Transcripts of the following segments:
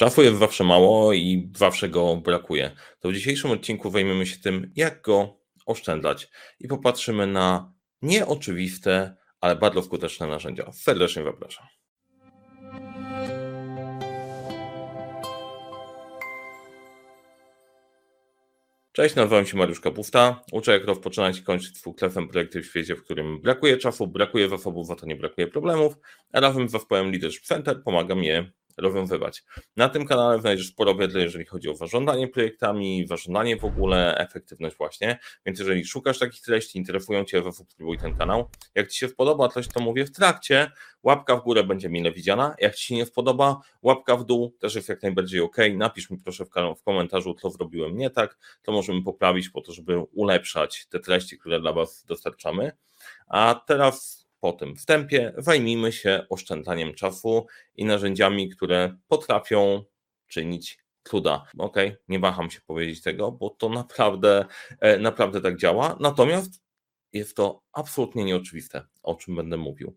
Czasu jest zawsze mało i zawsze go brakuje. To w dzisiejszym odcinku zajmiemy się tym, jak go oszczędzać i popatrzymy na nieoczywiste, ale bardzo skuteczne narzędzia. Serdecznie zapraszam. Cześć, nazywam się Mariusz Kapusta. Uczę, jak rozpoczynać i kończyć współklesem projekty w świecie, w którym brakuje czasu, brakuje zasobów, za to nie brakuje problemów, a razem z zespołem Leadership Center pomagam je rozwiązywać. Na tym kanale znajdziesz sporo wiedzy, jeżeli chodzi o zarządzanie projektami, zarządzanie w ogóle, efektywność właśnie, więc jeżeli szukasz takich treści, interesują Cię, zasubskrybuj ten kanał. Jak Ci się spodoba coś, to mówię w trakcie, łapka w górę będzie mile widziana. Jak Ci się nie spodoba, łapka w dół też jest jak najbardziej ok. Napisz mi proszę w komentarzu, co zrobiłem nie tak, to możemy poprawić po to, żeby ulepszać te treści, które dla Was dostarczamy. A teraz po tym wstępie zajmijmy się oszczędzaniem czasu i narzędziami, które potrafią czynić cuda. Ok, nie waham się powiedzieć tego, bo to naprawdę tak działa. Natomiast jest to absolutnie nieoczywiste, o czym będę mówił.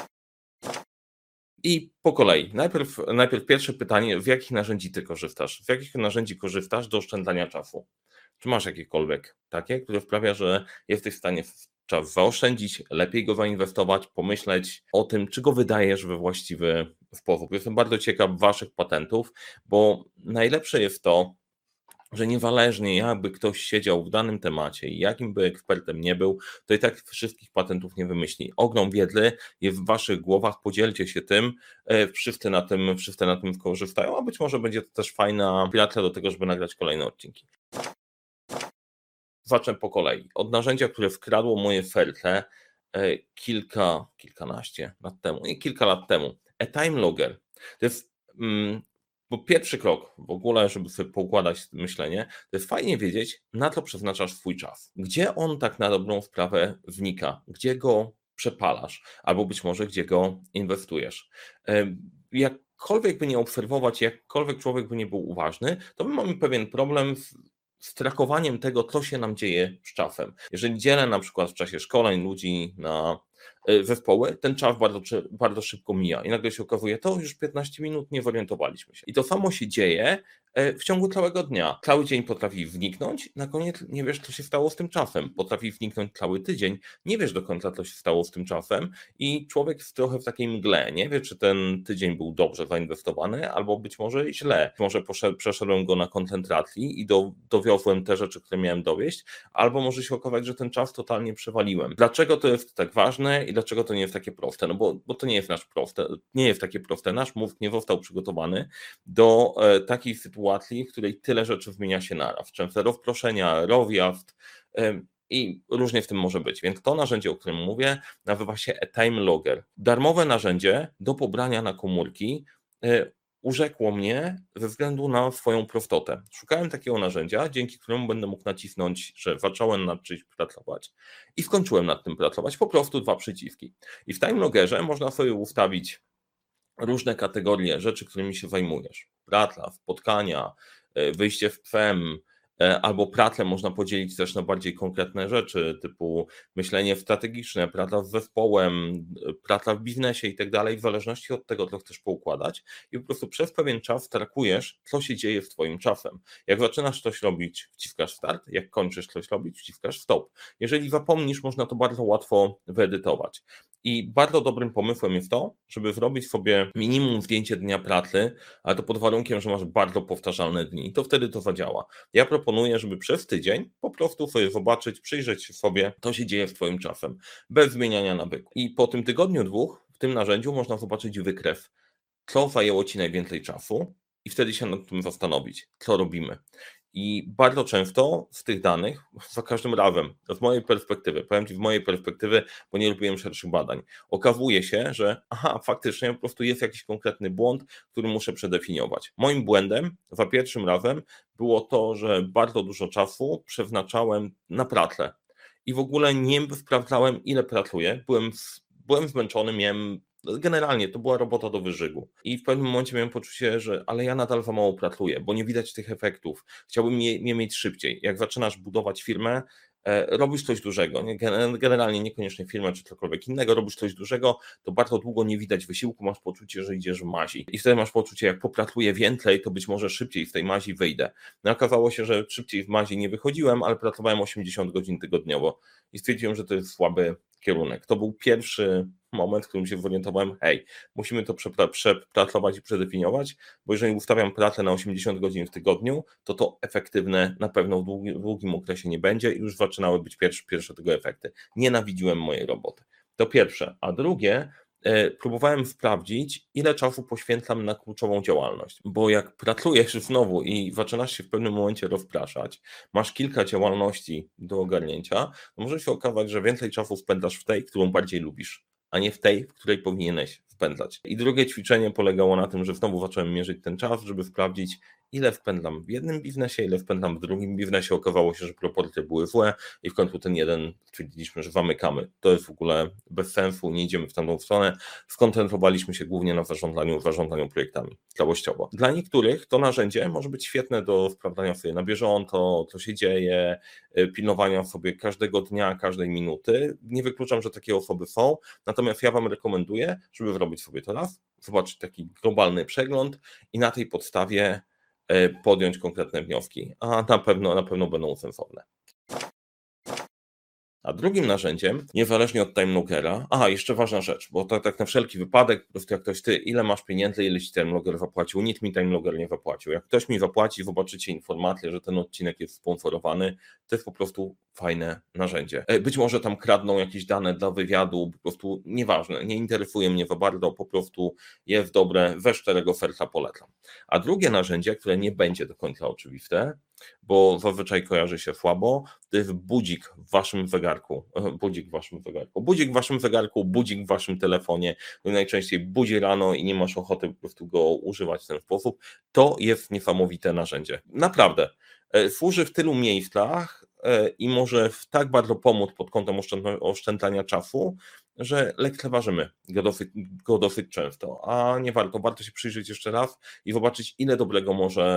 I po kolei. Najpierw pierwsze pytanie, z jakich narzędzi ty korzystasz? Z jakich narzędzi korzystasz do oszczędzania czasu? Czy masz jakiekolwiek takie, które sprawia, że jesteś w stanie czas zaoszczędzić, lepiej go zainwestować, pomyśleć o tym, czy go wydajesz we właściwy sposób? Jestem bardzo ciekaw waszych patentów, bo najlepsze jest to, że niezależnie jakby ktoś siedział w danym temacie i jakim by ekspertem nie był, to i tak wszystkich patentów nie wymyśli. Ogrom wiedzy jest w waszych głowach, podzielcie się tym, wszyscy na tym skorzystają, a być może będzie to też fajna inspiracja do tego, żeby nagrać kolejne odcinki. Zacznę po kolei. Od narzędzia, które wkradło moje serce kilkanaście lat temu, nie kilka lat temu. A-Time Logger. To jest bo pierwszy krok w ogóle, żeby sobie poukładać myślenie, to jest fajnie wiedzieć, na co przeznaczasz swój czas. Gdzie on tak na dobrą sprawę wnika, gdzie go przepalasz, albo być może gdzie go inwestujesz. Jakkolwiek by nie obserwować, jakkolwiek człowiek by nie był uważny, to my mamy pewien problem z trakowaniem tego, co się nam dzieje z czasem. Jeżeli dzielę na przykład w czasie szkoleń ludzi na zespoły, ten czas bardzo szybko mija i nagle się okazuje, to już 15 minut, nie zorientowaliśmy się. I to samo się dzieje w ciągu całego dnia. Cały dzień potrafi zniknąć, na koniec nie wiesz, co się stało z tym czasem. Potrafi zniknąć cały tydzień, nie wiesz do końca, co się stało z tym czasem i człowiek jest trochę w takiej mgle, nie wie, czy ten tydzień był dobrze zainwestowany, albo być może źle. Może przeszedłem go na koncentracji i dowiozłem te rzeczy, które miałem dowieść, albo może się okazać, że ten czas totalnie przewaliłem. Dlaczego to jest tak ważne i dlaczego to nie jest takie proste? No bo to nie jest takie proste. Nasz mózg nie został przygotowany do takiej sytuacji, w której tyle rzeczy zmienia się naraz. Częste rozproszenia, rozjazd i różnie w tym może być. Więc to narzędzie, o którym mówię, nazywa się A-Time Logger. Darmowe narzędzie do pobrania na komórki, urzekło mnie ze względu na swoją prostotę. Szukałem takiego narzędzia, dzięki któremu będę mógł nacisnąć, że zacząłem nad czymś pracować i skończyłem nad tym pracować, po prostu 2 przyciski. I w Time Loggerze można sobie ustawić różne kategorie rzeczy, którymi się zajmujesz. Praca, spotkania, wyjście w PFM, albo pracę można podzielić też na bardziej konkretne rzeczy, typu myślenie strategiczne, praca z zespołem, praca w biznesie i tak dalej, w zależności od tego, co chcesz poukładać i po prostu przez pewien czas trackujesz, co się dzieje z twoim czasem. Jak zaczynasz coś robić, wciskasz start, jak kończysz coś robić, wciskasz stop. Jeżeli zapomnisz, można to bardzo łatwo wyedytować. I bardzo dobrym pomysłem jest to, żeby zrobić sobie minimum zdjęcie dnia pracy, ale to pod warunkiem, że masz bardzo powtarzalne dni. To wtedy to zadziała. Ja proponuję, żeby przez tydzień po prostu sobie zobaczyć, przyjrzeć się sobie, co się dzieje z twoim czasem, bez zmieniania nawyku. I po tym tygodniu, 2 w tym narzędziu można zobaczyć wykres, co zajęło ci najwięcej czasu i wtedy się nad tym zastanowić, co robimy. I bardzo często z tych danych, za każdym razem, z mojej perspektywy, powiem Ci z mojej perspektywy, bo nie robiłem szerszych badań, okazuje się, że faktycznie po prostu jest jakiś konkretny błąd, który muszę przedefiniować. Moim błędem za pierwszym razem było to, że bardzo dużo czasu przeznaczałem na pracę i w ogóle nie sprawdzałem, ile pracuję. Byłem zmęczony, generalnie to była robota do wyżygu. I w pewnym momencie miałem poczucie, że ale ja nadal za mało pracuję, bo nie widać tych efektów. Chciałbym je mieć szybciej. Jak zaczynasz budować firmę, robisz coś dużego, nie? Generalnie niekoniecznie firmę czy cokolwiek innego, robisz coś dużego, to bardzo długo nie widać wysiłku, masz poczucie, że idziesz w mazi. I wtedy masz poczucie, jak popracuję więcej, to być może szybciej z tej mazi wyjdę. No okazało się, że szybciej w mazi nie wychodziłem, ale pracowałem 80 godzin tygodniowo i stwierdziłem, że to jest słaby kierunek. To był pierwszy moment, w którym się zorientowałem, hej, musimy to przepracować i przedefiniować, bo jeżeli ustawiam pracę na 80 godzin w tygodniu, to efektywne na pewno w długim okresie nie będzie i już zaczynały być pierwsze tego efekty. Nienawidziłem mojej roboty. To pierwsze. A drugie, próbowałem sprawdzić, ile czasu poświęcam na kluczową działalność, bo jak pracujesz znowu i zaczynasz się w pewnym momencie rozpraszać, masz kilka działalności do ogarnięcia, to może się okazać, że więcej czasu spędzasz w tej, którą bardziej lubisz, a nie w tej, w której powinieneś spędzać. I drugie ćwiczenie polegało na tym, że znowu zacząłem mierzyć ten czas, żeby sprawdzić, ile wpędzam w jednym biznesie, ile wpędzam w drugim biznesie. Okazało się, że proporcje były złe i w końcu ten jeden stwierdziliśmy, że zamykamy. To jest w ogóle bez sensu, nie idziemy w tamtą stronę. Skoncentrowaliśmy się głównie na zarządzaniu projektami całościowo. Dla niektórych to narzędzie może być świetne do sprawdzania sobie na bieżąco, co się dzieje, pilnowania sobie każdego dnia, każdej minuty. Nie wykluczam, że takie osoby są, natomiast ja Wam rekomenduję, żeby zrobić sobie to raz, zobaczyć taki globalny przegląd i na tej podstawie podjąć konkretne wnioski, a na pewno będą sensowne. A drugim narzędziem, niezależnie od timelogera, jeszcze ważna rzecz, bo to tak na wszelki wypadek, po prostu jak ktoś, ile masz pieniędzy, ile ci timeloger zapłacił, nic mi timeloger nie zapłacił. Jak ktoś mi zapłaci, zobaczycie informację, że ten odcinek jest sponsorowany, to jest po prostu fajne narzędzie. Być może tam kradną jakieś dane dla wywiadu, po prostu nieważne, nie interesuje mnie za bardzo, po prostu jest dobre, we szczerego serca polecam. A drugie narzędzie, które nie będzie do końca oczywiste, bo zazwyczaj kojarzy się słabo, to jest budzik w waszym zegarku. Budzik w waszym zegarku, budzik w waszym telefonie, który najczęściej budzi rano i nie masz ochoty po prostu go używać w ten sposób. To jest niesamowite narzędzie. Naprawdę. Służy w tylu miejscach i może tak bardzo pomóc pod kątem oszczędzania czasu, że lekceważymy go dosyć często, a nie warto. Warto się przyjrzeć jeszcze raz i zobaczyć, ile dobrego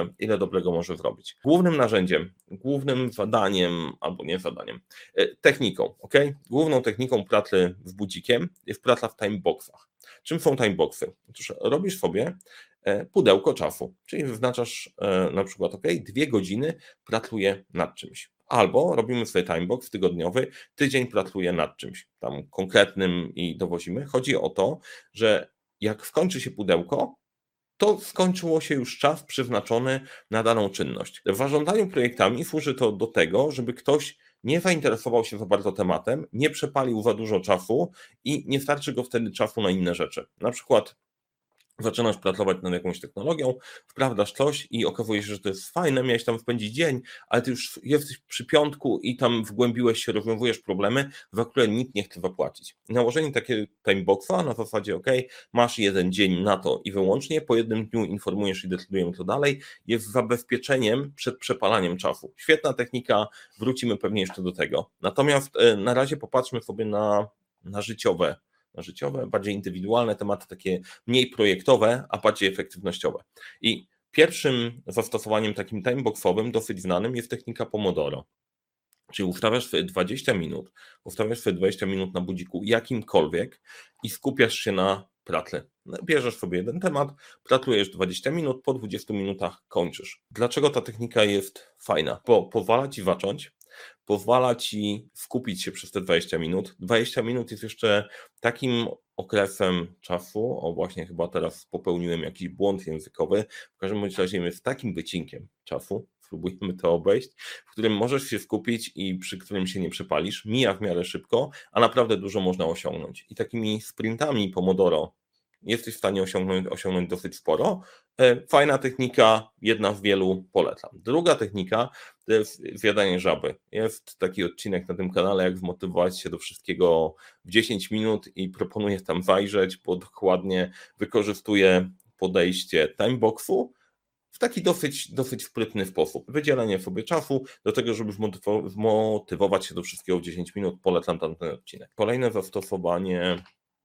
może zrobić. Głównym narzędziem, głównym zadaniem, albo nie zadaniem, techniką, ok? Główną techniką pracy z budzikiem jest praca w timeboxach. Czym są timeboxy? Otóż robisz sobie pudełko czasu, czyli wyznaczasz na przykład, 2 godziny pracuję nad czymś. Albo robimy sobie timebox tygodniowy, tydzień pracuję nad czymś tam konkretnym i dowozimy. Chodzi o to, że jak skończy się pudełko, to skończyło się już czas przeznaczony na daną czynność. W zarządzaniu projektami służy to do tego, żeby ktoś nie zainteresował się za bardzo tematem, nie przepalił za dużo czasu i nie starczy go wtedy czasu na inne rzeczy. Na przykład zaczynasz pracować nad jakąś technologią, wprawdasz coś i okazuje się, że to jest fajne, miałeś tam spędzić dzień, ale ty już jesteś przy piątku i tam wgłębiłeś się, rozwiązujesz problemy, za które nikt nie chce zapłacić. Nałożenie takiego timeboxa na zasadzie, masz jeden dzień na to i wyłącznie, po jednym dniu informujesz i decydujemy co dalej, jest zabezpieczeniem przed przepalaniem czasu. Świetna technika, wrócimy pewnie jeszcze do tego. Natomiast na razie popatrzmy sobie na życiowe, bardziej indywidualne tematy, takie mniej projektowe, a bardziej efektywnościowe. I pierwszym zastosowaniem takim timeboxowym, dosyć znanym, jest technika Pomodoro. Czyli ustawiasz sobie 20 minut na budziku jakimkolwiek i skupiasz się na pracy. Bierzesz sobie jeden temat, pracujesz 20 minut, po 20 minutach kończysz. Dlaczego ta technika jest fajna? Bo pozwala ci zacząć, pozwala ci skupić się przez te 20 minut. 20 minut jest jeszcze takim okresem czasu, właśnie chyba teraz popełniłem jakiś błąd językowy, w każdym razie jest takim wycinkiem czasu, spróbujemy to obejść, w którym możesz się skupić i przy którym się nie przepalisz, mija w miarę szybko, a naprawdę dużo można osiągnąć. I takimi sprintami Pomodoro jesteś w stanie osiągnąć dosyć sporo. Fajna technika, jedna z wielu, polecam. Druga technika to jest zjadanie żaby. Jest taki odcinek na tym kanale, jak zmotywować się do wszystkiego w 10 minut i proponuję tam zajrzeć, bo dokładnie wykorzystuję podejście timeboxu w taki dosyć sprytny sposób. Wydzielenie sobie czasu do tego, żeby zmotywować się do wszystkiego w 10 minut, polecam tamten odcinek. Kolejne zastosowanie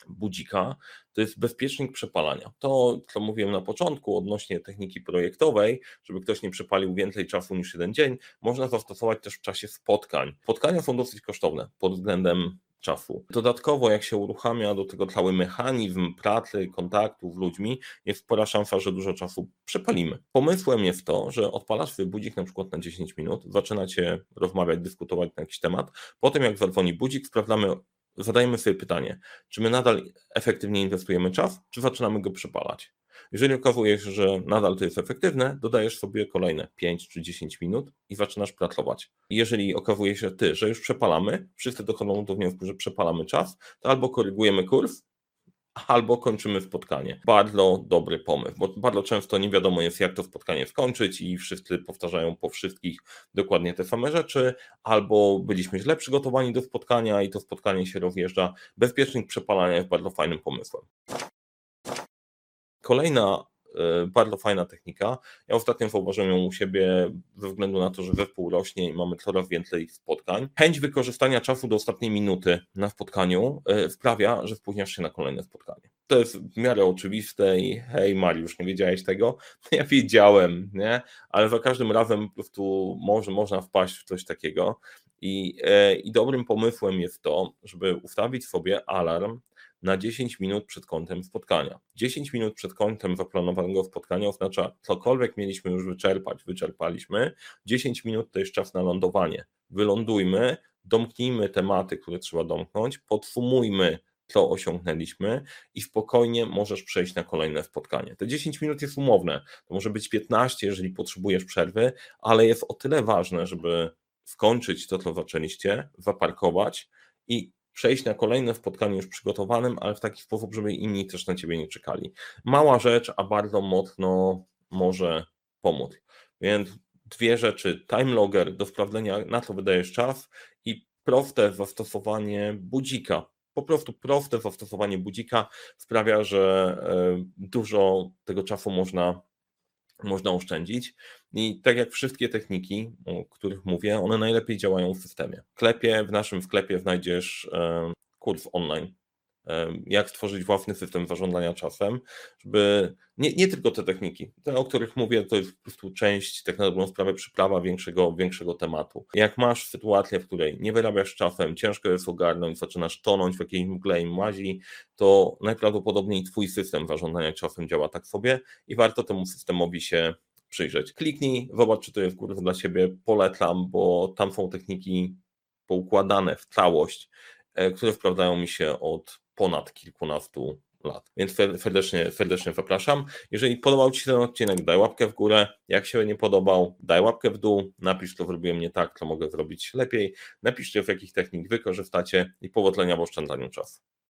budzika to jest bezpiecznik przepalania. To, co mówiłem na początku odnośnie techniki projektowej, żeby ktoś nie przepalił więcej czasu niż jeden dzień, można zastosować też w czasie spotkań. Spotkania są dosyć kosztowne pod względem czasu. Dodatkowo, jak się uruchamia do tego cały mechanizm pracy, kontaktu z ludźmi, jest spora szansa, że dużo czasu przepalimy. Pomysłem jest to, że odpalasz sobie budzik na przykład na 10 minut, zaczynacie rozmawiać, dyskutować na jakiś temat, potem jak zadzwoni budzik, zadajemy sobie pytanie, czy my nadal efektywnie inwestujemy czas, czy zaczynamy go przepalać. Jeżeli okazuje się, że nadal to jest efektywne, dodajesz sobie kolejne 5 czy 10 minut i zaczynasz pracować. Jeżeli okazuje się że już przepalamy, wszyscy dochodzą do wniosku, że przepalamy czas, to albo korygujemy kurs, albo kończymy spotkanie. Bardzo dobry pomysł, bo bardzo często nie wiadomo jest, jak to spotkanie skończyć i wszyscy powtarzają po wszystkich dokładnie te same rzeczy, albo byliśmy źle przygotowani do spotkania i to spotkanie się rozjeżdża. Bezpiecznik przepalania jest bardzo fajnym pomysłem. Kolejna bardzo fajna technika. Ja ostatnio zauważyłem ją u siebie ze względu na to, że zespół rośnie i mamy coraz więcej spotkań. Chęć wykorzystania czasu do ostatniej minuty na spotkaniu sprawia, że spóźniasz się na kolejne spotkanie. To jest w miarę oczywiste i hej Mariusz, nie wiedziałeś tego? Ja wiedziałem, nie? Ale za każdym razem po prostu można wpaść w coś takiego i dobrym pomysłem jest to, żeby ustawić sobie alarm na 10 minut przed końcem spotkania. 10 minut przed końcem zaplanowanego spotkania oznacza, cokolwiek mieliśmy już wyczerpaliśmy. 10 minut to jest czas na lądowanie. Wylądujmy, domknijmy tematy, które trzeba domknąć, podsumujmy, co osiągnęliśmy i spokojnie możesz przejść na kolejne spotkanie. Te 10 minut jest umowne, to może być 15, jeżeli potrzebujesz przerwy, ale jest o tyle ważne, żeby skończyć to, co zaczęliście, zaparkować i przejść na kolejne spotkanie już przygotowanym, ale w taki sposób, żeby inni też na ciebie nie czekali. Mała rzecz, a bardzo mocno może pomóc. Więc dwie rzeczy: time logger do sprawdzenia, na co wydajesz czas, i proste zastosowanie budzika. Po prostu proste zastosowanie budzika sprawia, że dużo tego czasu można oszczędzić. I tak jak wszystkie techniki, o których mówię, one najlepiej działają w systemie. W naszym sklepie znajdziesz kurs online, jak stworzyć własny system zarządzania czasem, żeby nie tylko te techniki, te, o których mówię, to jest po prostu część, tak na dobrą sprawę, przyprawa większego tematu. Jak masz sytuację, w której nie wyrabiasz czasem, ciężko jest ogarnąć, zaczynasz tonąć w jakiejś mgle i mazi, to najprawdopodobniej twój system zarządzania czasem działa tak sobie i warto temu systemowi się przyjrzeć. Kliknij, zobacz, czy to jest kurs dla ciebie, polecam, bo tam są techniki poukładane w całość, które sprawdzają mi się od ponad kilkunastu lat. Więc serdecznie zapraszam. Jeżeli podobał Ci się ten odcinek, daj łapkę w górę. Jak się nie podobał, daj łapkę w dół. Napisz, co zrobiłem nie tak, co mogę zrobić lepiej. Napiszcie, w jakich technik wykorzystacie i powodzenia w oszczędzaniu czasu.